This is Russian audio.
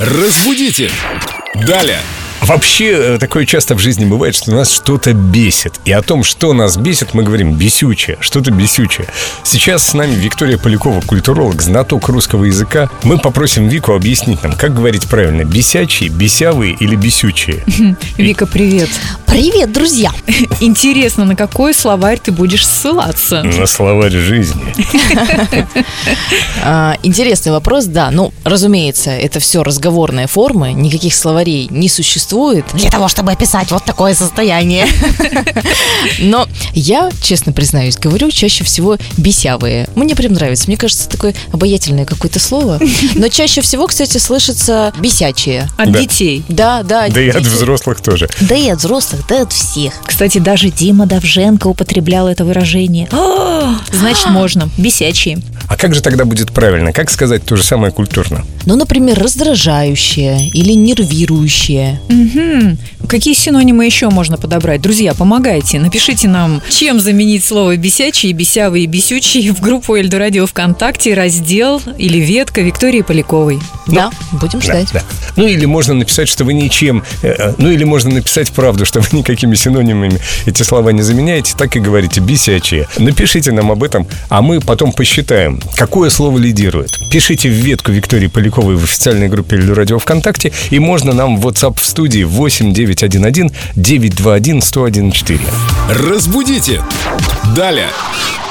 Разбудите! Далее! Вообще, такое часто в жизни бывает, что нас что-то бесит. И о том, что нас бесит, мы говорим бесючее, что-то бесючее. Сейчас с нами Виктория Полякова, культуролог, знаток русского языка. Мы попросим Вику объяснить нам, как говорить правильно: бесячие, бесявые или бесючие. Вика, привет. Привет, друзья! Интересно, на какой словарь ты будешь ссылаться? На словарь жизни. Интересный вопрос, да. Ну, разумеется, это все разговорные формы. Никаких словарей не существует для того, чтобы описать вот такое состояние. Но я, честно признаюсь, говорю чаще всего бесявые. Мне прям нравится. Мне кажется, такое обаятельное какое-то слово. Но чаще всего, кстати, слышится бесячие. От детей. Да. Да и от взрослых тоже. Да и от взрослых, да и от всех. Кстати, даже Дима Довженко употреблял это выражение. Значит, можно. Бесячие. А как же тогда будет правильно? Как сказать то же самое культурно? Ну, например, раздражающее или нервирующее. Какие синонимы еще можно подобрать? Друзья, помогайте. Напишите нам, чем заменить слово «бесячие», «бесявые» и «бесючие» в группу Эльдо Радио ВКонтакте, раздел или ветка Виктории Поляковой. Да, будем ждать. Да. Ну или можно написать, что вы ничем. Ну или можно написать правду, что вы никакими синонимами эти слова не заменяете. Так и говорите: бесячие. Напишите нам об этом, а мы потом посчитаем, какое слово лидирует. Пишите в ветку Виктории Поляковой в официальной группе Эльдо Радио ВКонтакте. И можно нам в WhatsApp в студии 8 911 921 1014. Разбудите! Далее!